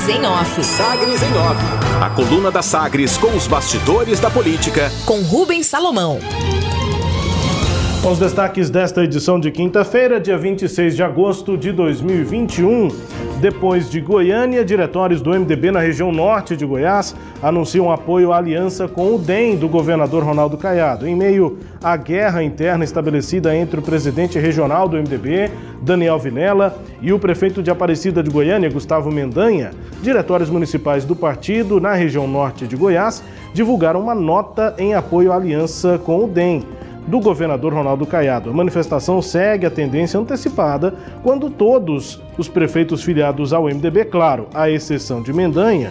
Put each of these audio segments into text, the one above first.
Sagres em Off. Sagres em Off. A coluna da Sagres com os bastidores da política. Com Rubens Salomão. Com os destaques desta edição de quinta-feira, dia 26 de agosto de 2021. Depois de Goiânia, diretórios do MDB na região norte de Goiás anunciam apoio à aliança com o DEM do governador Ronaldo Caiado. Em meio à guerra interna estabelecida entre o presidente regional do MDB, Daniel Vilela, e o prefeito de Aparecida de Goiânia, Gustavo Mendanha, diretórios municipais do partido na região norte de Goiás divulgaram uma nota em apoio à aliança com o DEM do governador Ronaldo Caiado. A manifestação segue a tendência antecipada quando todos os prefeitos filiados ao MDB, claro, à exceção de Mendanha,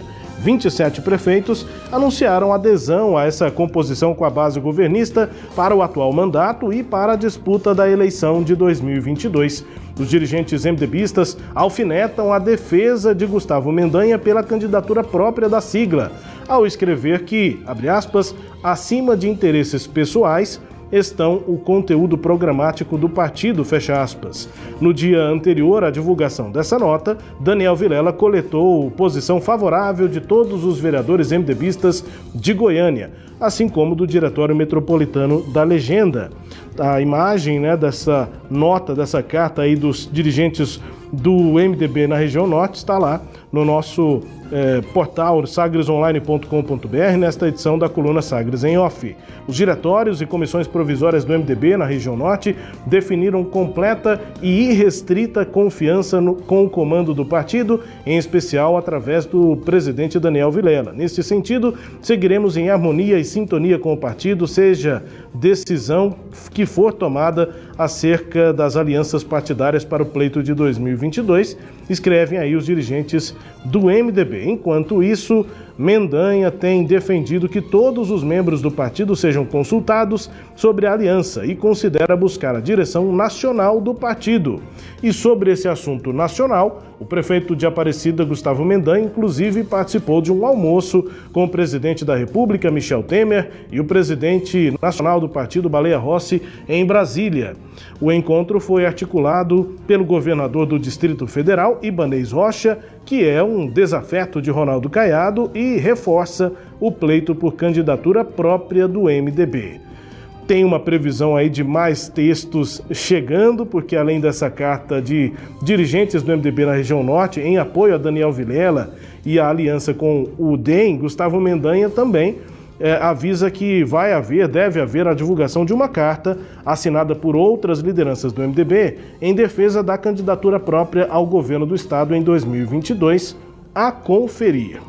27 prefeitos, anunciaram adesão a essa composição com a base governista para o atual mandato e para a disputa da eleição de 2022. Os dirigentes MDBistas alfinetam a defesa de Gustavo Mendanha pela candidatura própria da sigla, ao escrever que, abre aspas, acima de interesses pessoais, estão o conteúdo programático do partido, fecha aspas. No dia anterior à divulgação dessa nota, Daniel Vilela coletou posição favorável de todos os vereadores MDBistas de Goiânia, assim como do Diretório Metropolitano da Legenda. A imagem, dessa nota, dessa carta aí dos dirigentes do MDB na região norte está lá no nosso portal sagresonline.com.br, nesta edição da coluna Sagres em Off. Os diretórios e comissões provisórias do MDB na região norte definiram completa e irrestrita confiança com o comando do partido, em especial através do presidente Daniel Vilela. Nesse sentido, seguiremos em harmonia e sintonia com o partido, seja decisão que for tomada acerca das alianças partidárias para o pleito de 2022, escrevem aí os dirigentes do MDB. Enquanto isso, Mendanha tem defendido que todos os membros do partido sejam consultados sobre a aliança e considera buscar a direção nacional do partido. E sobre esse assunto nacional, o prefeito de Aparecida, Gustavo Mendanha, inclusive participou de um almoço com o presidente da República, Michel Temer, e o presidente nacional do partido, Baleia Rossi, em Brasília. O encontro foi articulado pelo governador do Distrito Federal, Ibanez Rocha, que é um desafeto de Ronaldo Caiado e reforça o pleito por candidatura própria do MDB. Tem uma previsão aí de mais textos chegando, porque além dessa carta de dirigentes do MDB na região norte, em apoio a Daniel Vilela e a aliança com o DEM, Gustavo Mendanha também avisa que deve haver a divulgação de uma carta assinada por outras lideranças do MDB em defesa da candidatura própria ao governo do estado em 2022, a conferir.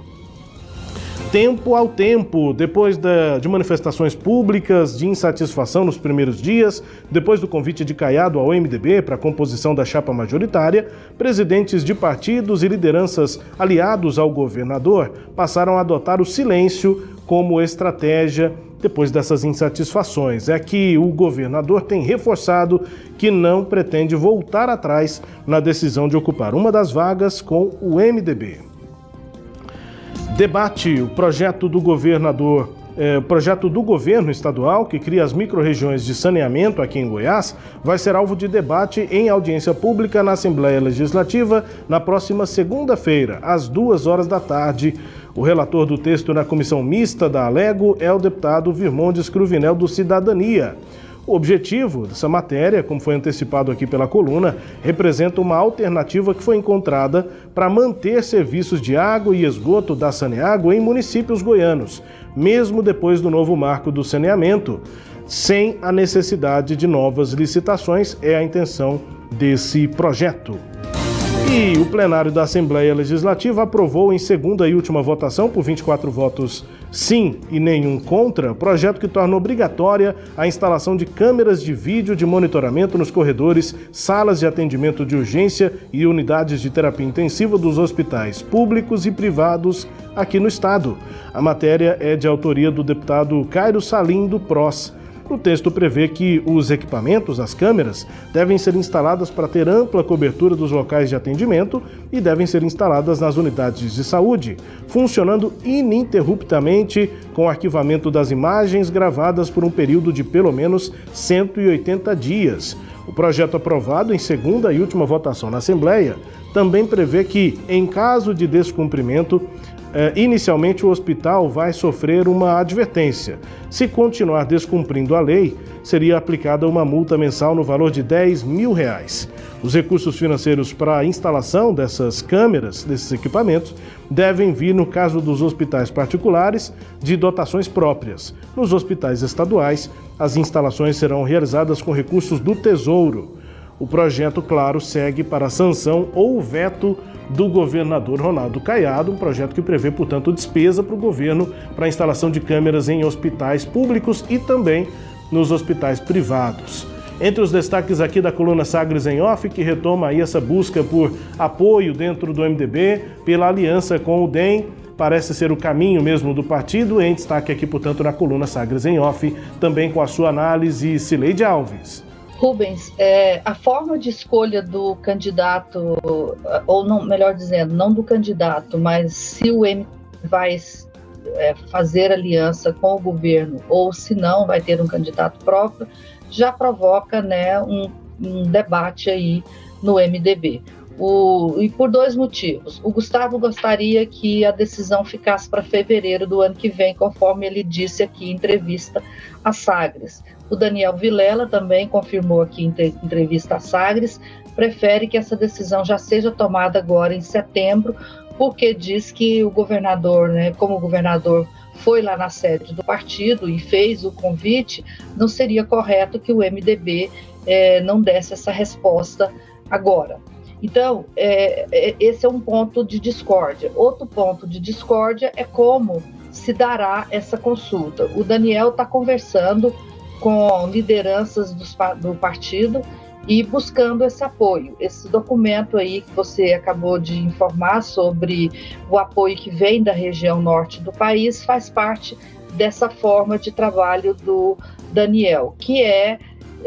Tempo ao tempo, depois de manifestações públicas de insatisfação nos primeiros dias, depois do convite de Caiado ao MDB para a composição da chapa majoritária, presidentes de partidos e lideranças aliados ao governador passaram a adotar o silêncio como estratégia depois dessas insatisfações. É que o governador tem reforçado que não pretende voltar atrás na decisão de ocupar uma das vagas com o MDB. Debate o projeto do governo estadual que cria as micro-regiões de saneamento aqui em Goiás vai ser alvo de debate em audiência pública na Assembleia Legislativa na próxima segunda-feira, às 14h. O relator do texto na comissão mista da Alego é o deputado Virmondes Cruvinel do Cidadania. O objetivo dessa matéria, como foi antecipado aqui pela coluna, representa uma alternativa que foi encontrada para manter serviços de água e esgoto da Saneago em municípios goianos, mesmo depois do novo marco do saneamento, sem a necessidade de novas licitações, é a intenção desse projeto. E o plenário da Assembleia Legislativa aprovou em segunda e última votação, por 24 votos sim e nenhum contra, projeto que torna obrigatória a instalação de câmeras de vídeo de monitoramento nos corredores, salas de atendimento de urgência e unidades de terapia intensiva dos hospitais públicos e privados aqui no estado. A matéria é de autoria do deputado Cairo Salim, do PROS. O texto prevê que os equipamentos, as câmeras, devem ser instaladas para ter ampla cobertura dos locais de atendimento e devem ser instaladas nas unidades de saúde, funcionando ininterruptamente com o arquivamento das imagens gravadas por um período de pelo menos 180 dias. O projeto aprovado em segunda e última votação na Assembleia também prevê que, em caso de descumprimento, inicialmente o hospital vai sofrer uma advertência. Se continuar descumprindo a lei, seria aplicada uma multa mensal no valor de R$10 mil. Os recursos financeiros para a instalação dessas câmeras, desses equipamentos, devem vir, no caso dos hospitais particulares, de dotações próprias. Nos hospitais estaduais, as instalações serão realizadas com recursos do Tesouro. O projeto, claro, segue para a sanção ou veto do governador Ronaldo Caiado, um projeto que prevê, portanto, despesa para o governo para a instalação de câmeras em hospitais públicos e também nos hospitais privados. Entre os destaques aqui da coluna Sagres em Off, que retoma aí essa busca por apoio dentro do MDB, pela aliança com o DEM, parece ser o caminho mesmo do partido, em destaque aqui, portanto, na coluna Sagres em Off, também com a sua análise, Cileide Alves. Rubens, a forma de escolha do candidato, ou não, melhor dizendo, não do candidato, mas se o MDB vai fazer aliança com o governo ou se não vai ter um candidato próprio, já provoca, né, um debate aí no MDB. E por dois motivos. O Gustavo gostaria que a decisão ficasse para fevereiro do ano que vem, conforme ele disse aqui em entrevista à Sagres. O Daniel Vilela também confirmou aqui em entrevista à Sagres, prefere que essa decisão já seja tomada agora em setembro, porque diz que o governador, né, como o governador foi lá na sede do partido e fez o convite, não seria correto que o MDB não desse essa resposta agora. Então, esse é um ponto de discórdia. Outro ponto de discórdia é como se dará essa consulta. O Daniel está conversando com lideranças do partido e buscando esse apoio. Esse documento aí que você acabou de informar sobre o apoio que vem da região norte do país faz parte dessa forma de trabalho do Daniel, que é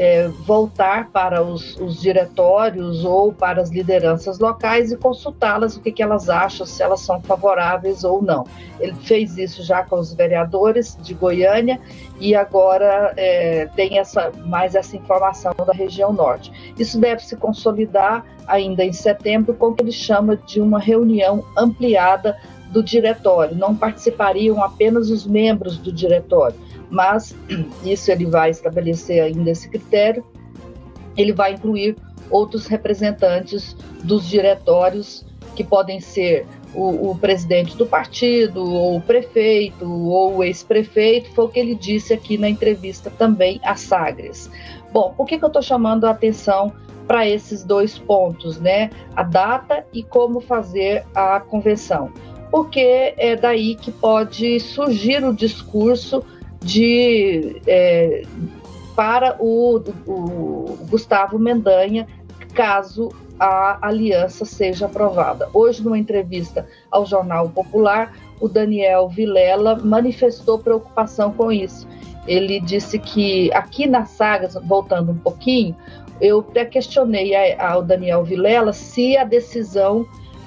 voltar para os diretórios ou para as lideranças locais e consultá-las o que elas acham, se elas são favoráveis ou não. Ele fez isso já com os vereadores de Goiânia e agora tem mais essa informação da região norte. Isso deve se consolidar ainda em setembro com o que ele chama de uma reunião ampliada do diretório. Não participariam apenas os membros do diretório, mas isso ele vai estabelecer ainda esse critério, ele vai incluir outros representantes dos diretórios, que podem ser o presidente do partido, ou o prefeito, ou o ex-prefeito, foi o que ele disse aqui na entrevista também à Sagres. Bom, por que eu estou chamando a atenção para esses dois pontos, né? A data e como fazer a convenção. Porque é daí que pode surgir o discurso para o Gustavo Mendanha, caso a aliança seja aprovada. Hoje, numa entrevista ao Jornal Popular, o Daniel Vilela manifestou preocupação com isso. Ele disse que aqui na Sagres, voltando um pouquinho, eu até questionei ao Daniel Vilela se a decisão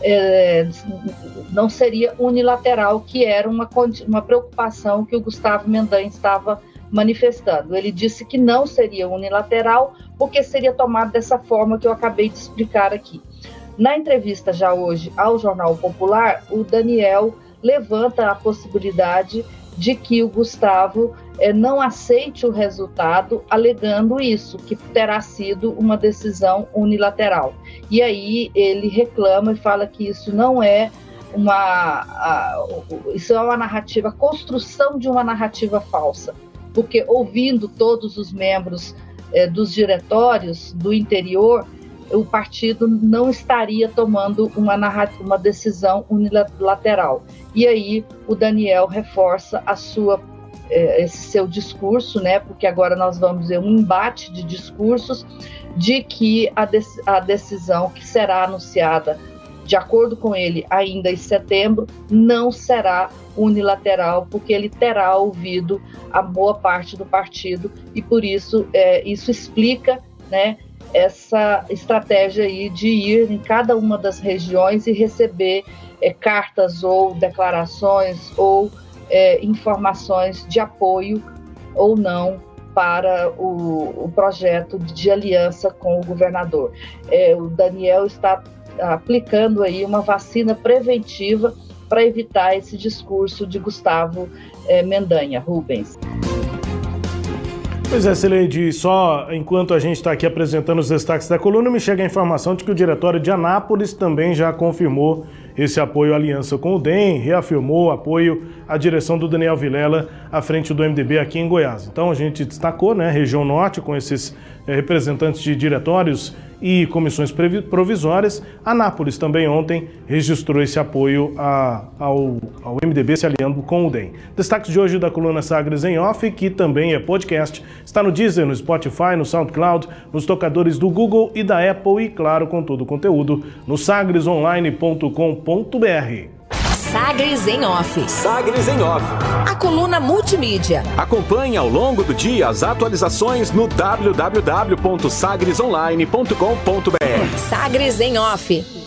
não seria unilateral, que era uma preocupação que o Gustavo Mendanha estava manifestando. Ele disse que não seria unilateral, porque seria tomado dessa forma que eu acabei de explicar aqui. Na entrevista já hoje ao Jornal Popular, o Daniel levanta a possibilidade de que o Gustavo não aceite o resultado, alegando isso, que terá sido uma decisão unilateral. E aí ele reclama e fala que isso não é isso é uma narrativa, a construção de uma narrativa falsa, porque ouvindo todos os membros dos diretórios do interior, o partido não estaria tomando uma decisão unilateral. E aí o Daniel reforça esse seu discurso, né, porque agora nós vamos ver um embate de discursos de que a decisão que será anunciada de acordo com ele, ainda em setembro, não será unilateral, porque ele terá ouvido a boa parte do partido e, por isso, isso explica, né, essa estratégia aí de ir em cada uma das regiões e receber cartas ou declarações ou informações de apoio ou não para o projeto de aliança com o governador. O Daniel está aplicando aí uma vacina preventiva para evitar esse discurso de Gustavo Mendanha. Rubens. Pois é, Cileide, só enquanto a gente está aqui apresentando os destaques da coluna, me chega a informação de que o Diretório de Anápolis também já confirmou esse apoio à aliança com o DEM, reafirmou o apoio à direção do Daniel Vilela à frente do MDB aqui em Goiás. Então a gente destacou, né, região norte, com esses representantes de diretórios e comissões provisórias. Anápolis também ontem registrou esse apoio ao MDB se aliando com o DEM. Destaques de hoje da coluna Sagres em Off, que também é podcast, está no Deezer, no Spotify, no SoundCloud, nos tocadores do Google e da Apple e, claro, com todo o conteúdo no sagresonline.com.br. Sagres em Off. Sagres em Off. A coluna multimídia. Acompanhe ao longo do dia as atualizações no www.sagresonline.com.br. Sagres em Off.